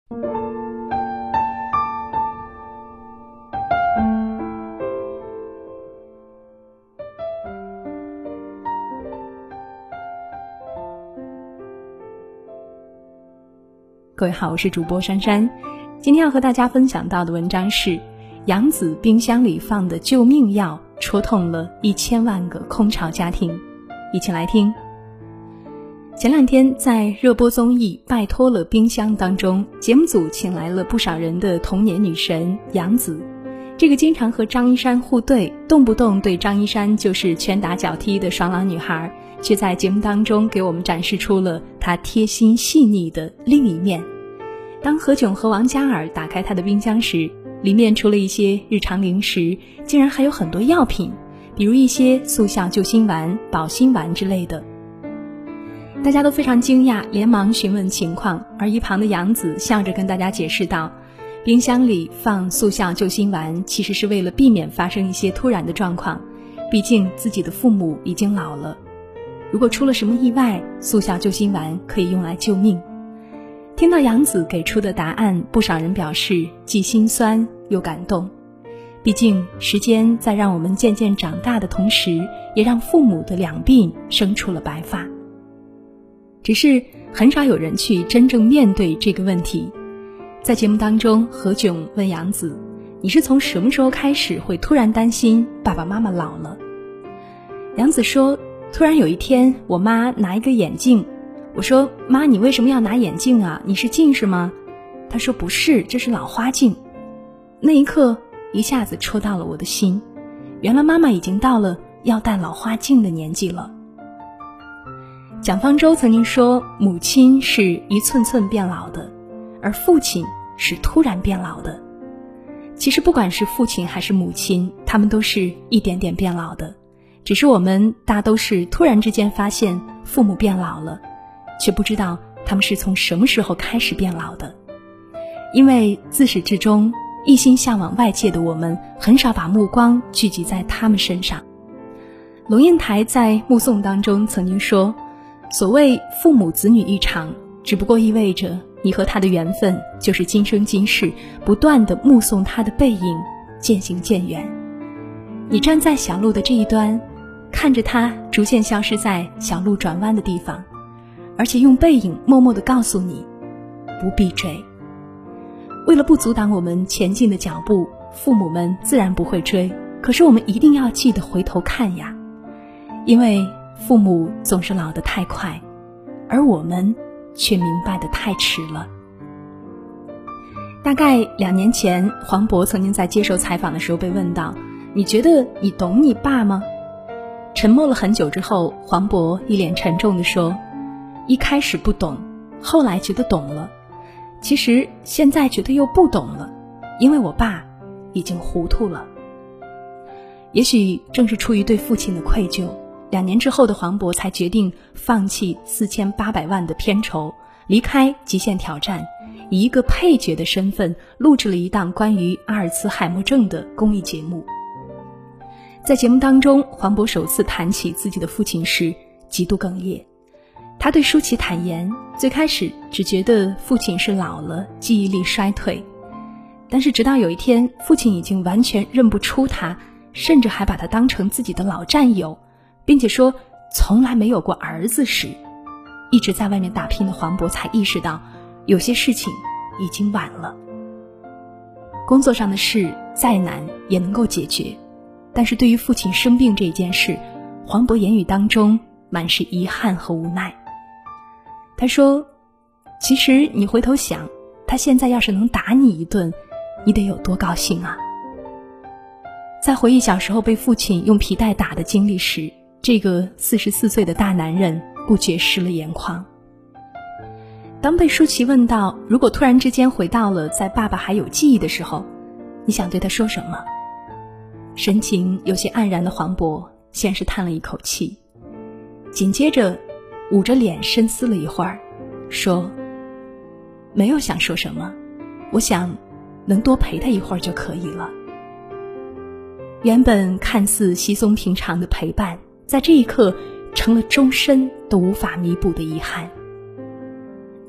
各位好，我是主播珊珊。今天要和大家分享到的文章是杨子冰箱里放的救命药戳痛了1000万个空巢家庭。一起来听。前两天在热播综艺《拜托了冰箱》当中，节目组请来了不少人的童年女神杨子。这个经常和张一山互对，动不动对张一山就是拳打脚踢的爽朗女孩，却在节目当中给我们展示出了她贴心细腻的另一面。当何炅和王嘉尔打开她的冰箱时，里面除了一些日常零食，竟然还有很多药品，比如一些速效救心丸、保心丸之类的。大家都非常惊讶，连忙询问情况，而一旁的杨子笑着跟大家解释道，冰箱里放速效救心丸其实是为了避免发生一些突然的状况，毕竟自己的父母已经老了，如果出了什么意外，速效救心丸可以用来救命。听到杨子给出的答案，不少人表示既心酸又感动。毕竟时间在让我们渐渐长大的同时，也让父母的两鬓生出了白发。只是很少有人去真正面对这个问题。在节目当中，何炅问杨子，你是从什么时候开始会突然担心爸爸妈妈老了？杨子说，突然有一天我妈拿一个眼镜，我说，妈，你为什么要拿眼镜啊？你是近视吗？她说，不是，这是老花镜。那一刻一下子戳到了我的心，原来妈妈已经到了要戴老花镜的年纪了。蒋方舟曾经说，母亲是一寸寸变老的，而父亲是突然变老的。其实不管是父亲还是母亲，他们都是一点点变老的，只是我们大都是突然之间发现父母变老了，却不知道他们是从什么时候开始变老的。因为自始至终一心向往外界的我们，很少把目光聚集在他们身上。龙应台在《目送》当中曾经说，所谓父母子女一场，只不过意味着你和他的缘分就是今生今世不断地目送他的背影渐行渐远。你站在小路的这一端，看着他逐渐消失在小路转弯的地方，而且用背影默默地告诉你，不必追。为了不阻挡我们前进的脚步，父母们自然不会追，可是我们一定要记得回头看呀，因为父母总是老得太快，而我们却明白得太迟了。大概2年前，黄渤曾经在接受采访的时候被问到，你觉得你懂你爸吗？沉默了很久之后，黄渤一脸沉重地说，一开始不懂，后来觉得懂了，其实现在觉得又不懂了，因为我爸已经糊涂了。也许正是出于对父亲的愧疚，2年之后的黄渤才决定放弃4800万的片酬，离开极限挑战，以一个配角的身份录制了一档关于阿尔茨海默症的公益节目。在节目当中，黄渤首次谈起自己的父亲时极度哽咽。他对舒淇坦言，最开始只觉得父亲是老了，记忆力衰退，但是直到有一天，父亲已经完全认不出他，甚至还把他当成自己的老战友，并且说从来没有过儿子时，一直在外面打拼的黄渤才意识到，有些事情已经晚了。工作上的事再难也能够解决，但是对于父亲生病这件事，黄渤言语当中满是遗憾和无奈。他说，其实你回头想，他现在要是能打你一顿，你得有多高兴啊。在回忆小时候被父亲用皮带打的经历时，这个44岁的大男人不觉湿了眼眶。当被舒淇问到，如果突然之间回到了在爸爸还有记忆的时候，你想对他说什么？神情有些黯然的黄渤先是叹了一口气，紧接着捂着脸深思了一会儿，说，没有想说什么，我想能多陪他一会儿就可以了。原本看似稀松平常的陪伴，在这一刻成了终身都无法弥补的遗憾。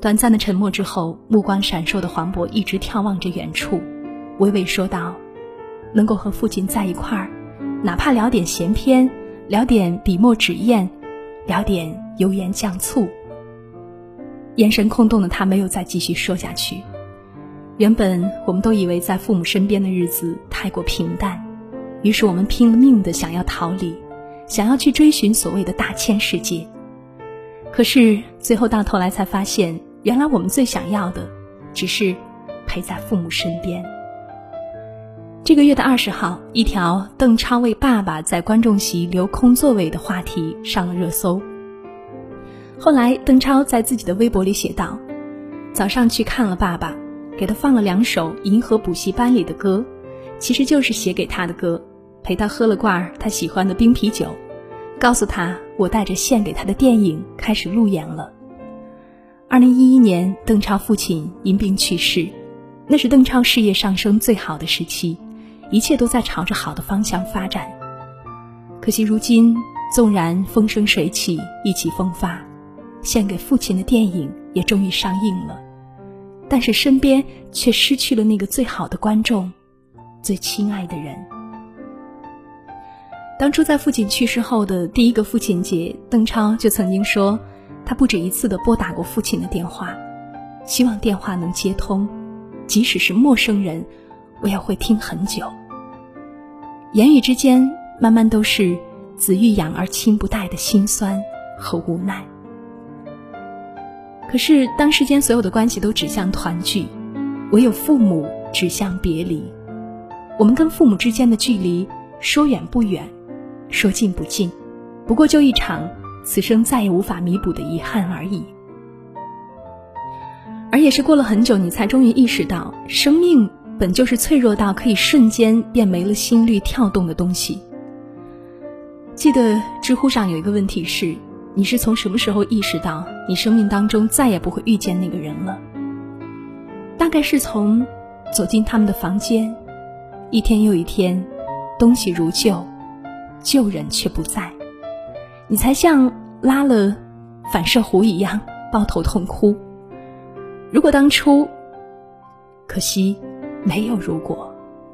短暂的沉默之后，目光闪烁的黄渤一直眺望着远处，娓娓说道：能够和父亲在一块儿，哪怕聊点闲篇，聊点笔墨纸砚，聊点油盐酱醋。眼神空洞的他没有再继续说下去。原本我们都以为在父母身边的日子太过平淡，于是我们拼了命的想要逃离，想要去追寻所谓的大千世界。可是最后到头来才发现，原来我们最想要的只是陪在父母身边。这个月的20号，一条邓超为爸爸在观众席留空座位的话题上了热搜。后来邓超在自己的微博里写道：早上去看了爸爸，给他放了2首银河补习班里的歌，其实就是写给他的歌，陪他喝了罐他喜欢的冰啤酒，告诉他我带着献给他的电影开始路演了。2011年，邓超父亲因病去世，那是邓超事业上升最好的时期，一切都在朝着好的方向发展。可惜如今，纵然风生水起，意气风发，献给父亲的电影也终于上映了，但是身边却失去了那个最好的观众，最亲爱的人。当初在父亲去世后的第一个父亲节，邓超就曾经说，他不止一次地拨打过父亲的电话，希望电话能接通，即使是陌生人，我也会听很久。言语之间慢慢都是子欲养而亲不待的心酸和无奈。可是当世间所有的关系都指向团聚，唯有父母指向别离。我们跟父母之间的距离，说远不远，说近不近，不过就一场此生再也无法弥补的遗憾而已。而也是过了很久，你才终于意识到，生命本就是脆弱到可以瞬间便没了心率跳动的东西。记得知乎上有一个问题是，你是从什么时候意识到你生命当中再也不会遇见那个人了？大概是从走进他们的房间，一天又一天，东西如旧，旧人却不在，你才像拉了反射弧一样抱头痛哭。如果当初，可惜没有如果。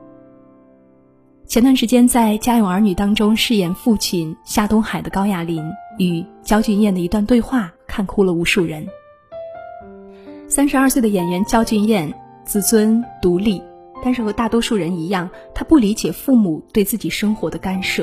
前段时间在《家有儿女》当中饰演父亲夏东海的高亚麟与焦俊艳的一段对话，看哭了无数人。32岁的演员焦俊艳自尊独立，但是和大多数人一样，他不理解父母对自己生活的干涉。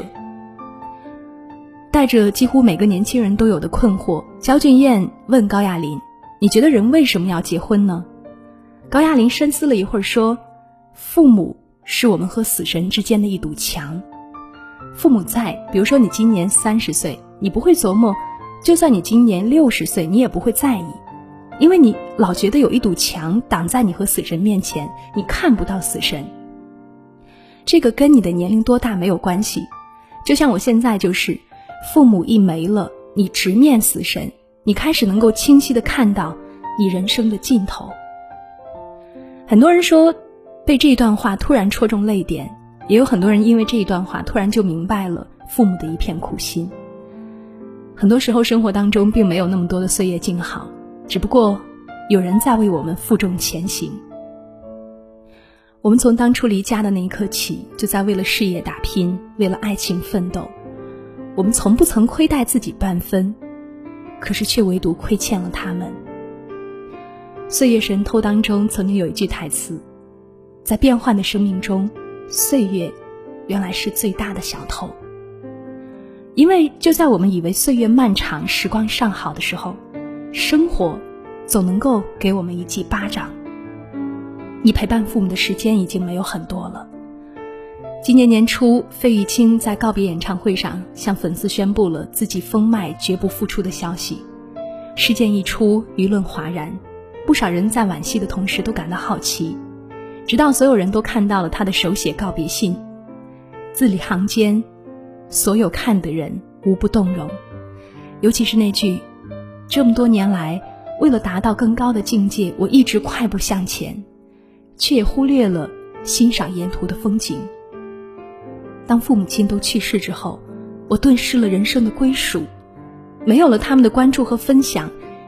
带着几乎每个年轻人都有的困惑，焦俊艳问高亚麟：你觉得人为什么要结婚呢？高亚麟深思了一会儿说：父母是我们和死神之间的一堵墙。父母在，比如说你今年30岁，你不会琢磨，就算你今年60岁，你也不会在意，因为你老觉得有一堵墙挡在你和死神面前，你看不到死神。这个跟你的年龄多大没有关系，就像我现在就是，父母一没了，你直面死神，你开始能够清晰地看到你人生的尽头。很多人说被这一段话突然戳中泪点，也有很多人因为这一段话突然就明白了父母的一片苦心。很多时候生活当中并没有那么多的岁月静好，只不过有人在为我们负重前行。我们从当初离家的那一刻起，就在为了事业打拼，为了爱情奋斗。我们从不曾亏待自己半分，可是却唯独亏欠了他们。岁月神偷当中曾经有一句台词，在变幻的生命中，岁月原来是最大的小偷。因为就在我们以为岁月漫长，时光尚好的时候，生活总能够给我们一记巴掌。你陪伴父母的时间已经没有很多了。今年年初，费玉清在告别演唱会上向粉丝宣布了自己封麦绝不复出的消息。事件一出，舆论哗然，不少人在惋惜的同时都感到好奇，直到所有人都看到了他的手写告别信，字里行间，所有看的人无不动容。尤其是那句，这么多年来，为了达到更高的境界，我一直快步向前，却也忽略了欣赏沿途的风景。当父母亲都去世之后，我顿失了人生的归属，没有了他们的关注和分享，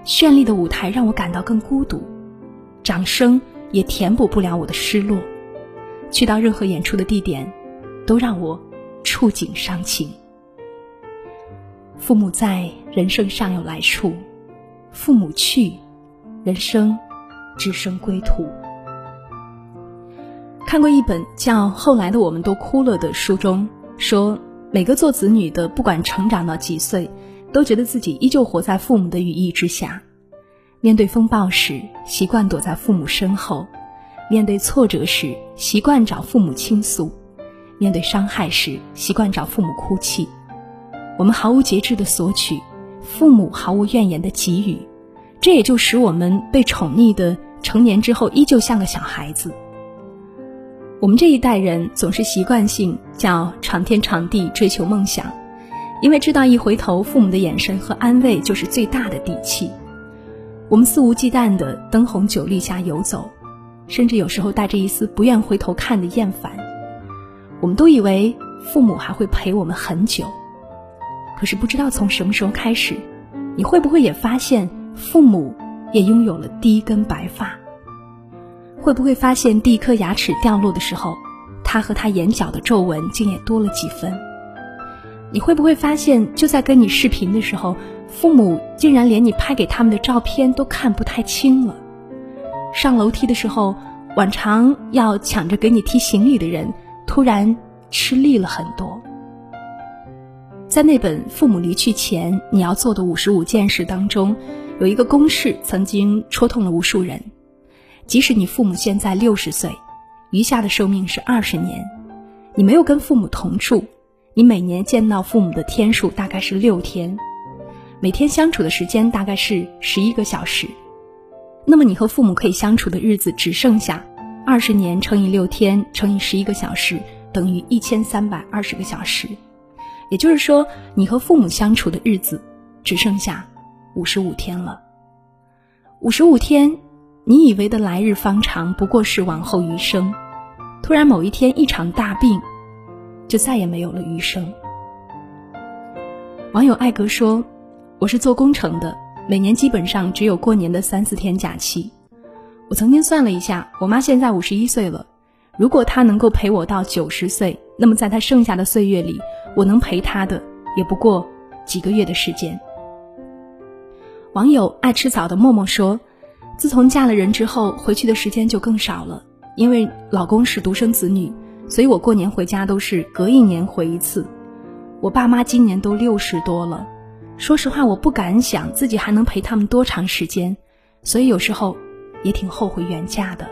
绚丽的舞台让我感到更孤独，掌声也填补不了我的失落。去到任何演出的地点，都让我触景伤情。父母在，人生尚有来处；父母去，人生只剩归途。看过一本叫《后来的我们都哭了》的书中说，每个做子女的，不管成长到几岁，都觉得自己依旧活在父母的羽翼之下。面对风暴时，习惯躲在父母身后；面对挫折时，习惯找父母倾诉；面对伤害时，习惯找父母哭泣。我们毫无节制地索取，父母毫无怨言地给予，这也就使我们被宠溺的成年之后依旧像个小孩子。我们这一代人总是习惯性叫闯天闯地追求梦想，因为知道一回头父母的眼神和安慰就是最大的底气。我们肆无忌惮地灯红酒绿下游走，甚至有时候带着一丝不愿回头看的厌烦。我们都以为父母还会陪我们很久，可是不知道从什么时候开始，你会不会也发现父母也拥有了第一根白发？会不会发现第一颗牙齿掉落的时候，他和他眼角的皱纹竟也多了几分？你会不会发现就在跟你视频的时候，父母竟然连你拍给他们的照片都看不太清了？上楼梯的时候，往常要抢着给你提行李的人突然吃力了很多。在那本《父母离去前你要做的55件事》当中，有一个公式曾经戳痛了无数人。即使你父母现在60岁，余下的寿命是20年，你没有跟父母同住，你每年见到父母的天数大概是6天，每天相处的时间大概是11个小时。那么你和父母可以相处的日子只剩下20年乘以6天乘以11个小时，等于1320个小时。也就是说，你和父母相处的日子只剩下55天了。55天，你以为的来日方长，不过是往后余生。突然某一天一场大病，就再也没有了余生。网友艾格说，我是做工程的，每年基本上只有过年的3-4天假期。我曾经算了一下，我妈现在51岁了，如果她能够陪我到90岁，那么在她剩下的岁月里，我能陪她的也不过几个月的时间。网友爱吃枣的默默说，自从嫁了人之后，回去的时间就更少了，因为老公是独生子女，所以我过年回家都是隔1年回一次。我爸妈今年都60多了，说实话我不敢想自己还能陪他们多长时间，所以有时候也挺后悔远嫁的。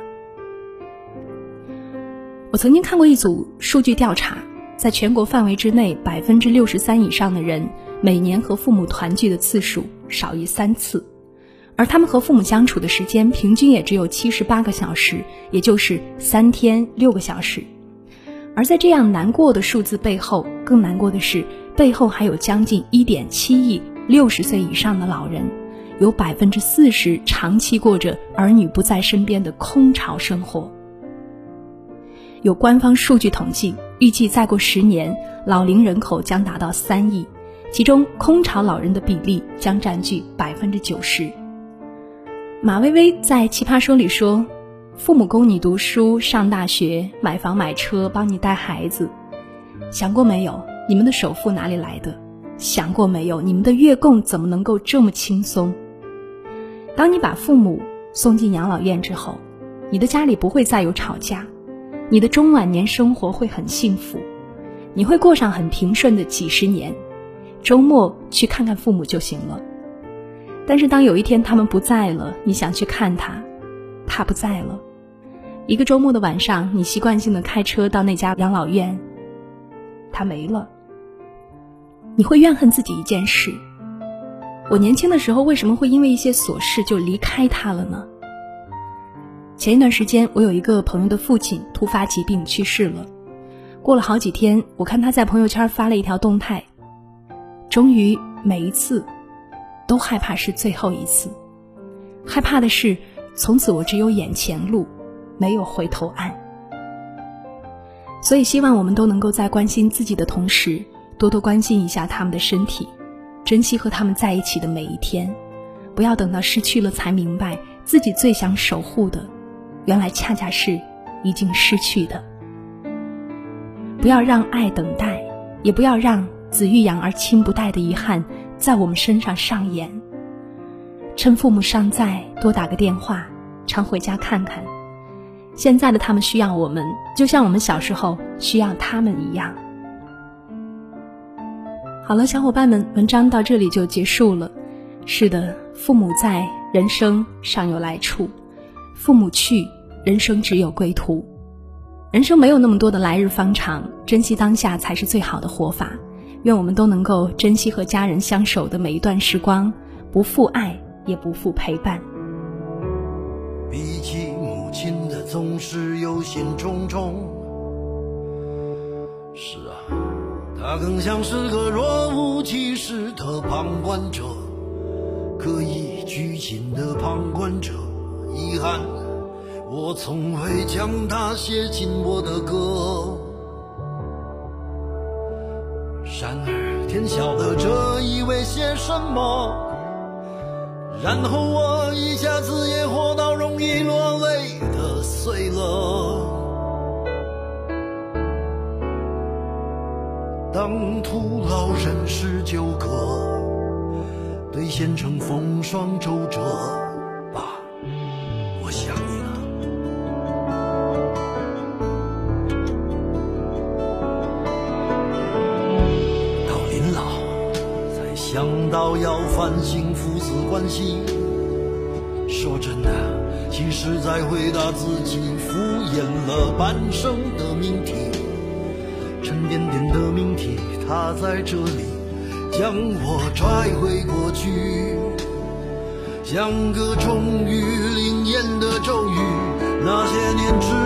我曾经看过一组数据调查，在全国范围之内，63%以上的人每年和父母团聚的次数少于3次，而他们和父母相处的时间平均也只有78个小时，也就是3天6个小时。而在这样难过的数字背后，更难过的是，背后还有将近1.7亿60岁以上的老人，有40%长期过着儿女不在身边的空巢生活。有官方数据统计，预计再过10年，老龄人口将达到3亿，其中空巢老人的比例将占据90%。马薇薇在《奇葩说》里说，父母供你读书上大学，买房买车，帮你带孩子，想过没有你们的首付哪里来的？想过没有你们的月供怎么能够这么轻松？当你把父母送进养老院之后，你的家里不会再有吵架，你的中晚年生活会很幸福，你会过上很平顺的几十年，周末去看看父母就行了。但是当有一天他们不在了，你想去看他，他不在了。一个周末的晚上，你习惯性的开车到那家养老院，他没了。你会怨恨自己一件事，我年轻的时候为什么会因为一些琐事就离开他了呢？前一段时间，我有一个朋友的父亲突发疾病去世了。过了好几天，我看他在朋友圈发了一条动态，终于每一次都害怕是最后一次，害怕的是从此我只有眼前路，没有回头岸。所以希望我们都能够在关心自己的同时，多多关心一下他们的身体，珍惜和他们在一起的每一天。 不要等到失去了才明白，自己最想守护的，原来恰恰是已经失去的。不要让爱等待，也不要让子欲养而亲不待的遗憾在我们身上上演。趁父母尚在，多打个电话，常回家看看。现在的他们需要我们，就像我们小时候需要他们一样。好了，小伙伴们，文章到这里就结束了。是的，父母在，人生尚有来处；父母去，人生只有归途。人生没有那么多的来日方长，珍惜当下才是最好的活法。愿我们都能够珍惜和家人相守的每一段时光，不负爱，也不负陪伴。 比起母亲的总是忧心忡忡，是啊，她更像是个若无其事的旁观者，刻意拘谨的旁观者。遗憾，我从未将它写进我的歌。然而天晓得这意味些什么，然后我一下子也活到容易落泪的岁了。当徒劳人世纠葛，兑现成风霜周折，爸，我想你了。到临老才想到要反省父子关系，说真的，其实在回答自己敷衍了半生的命题，沉甸甸的命题，它在这里将我拽回过去，像个终于灵验的咒语。那些年之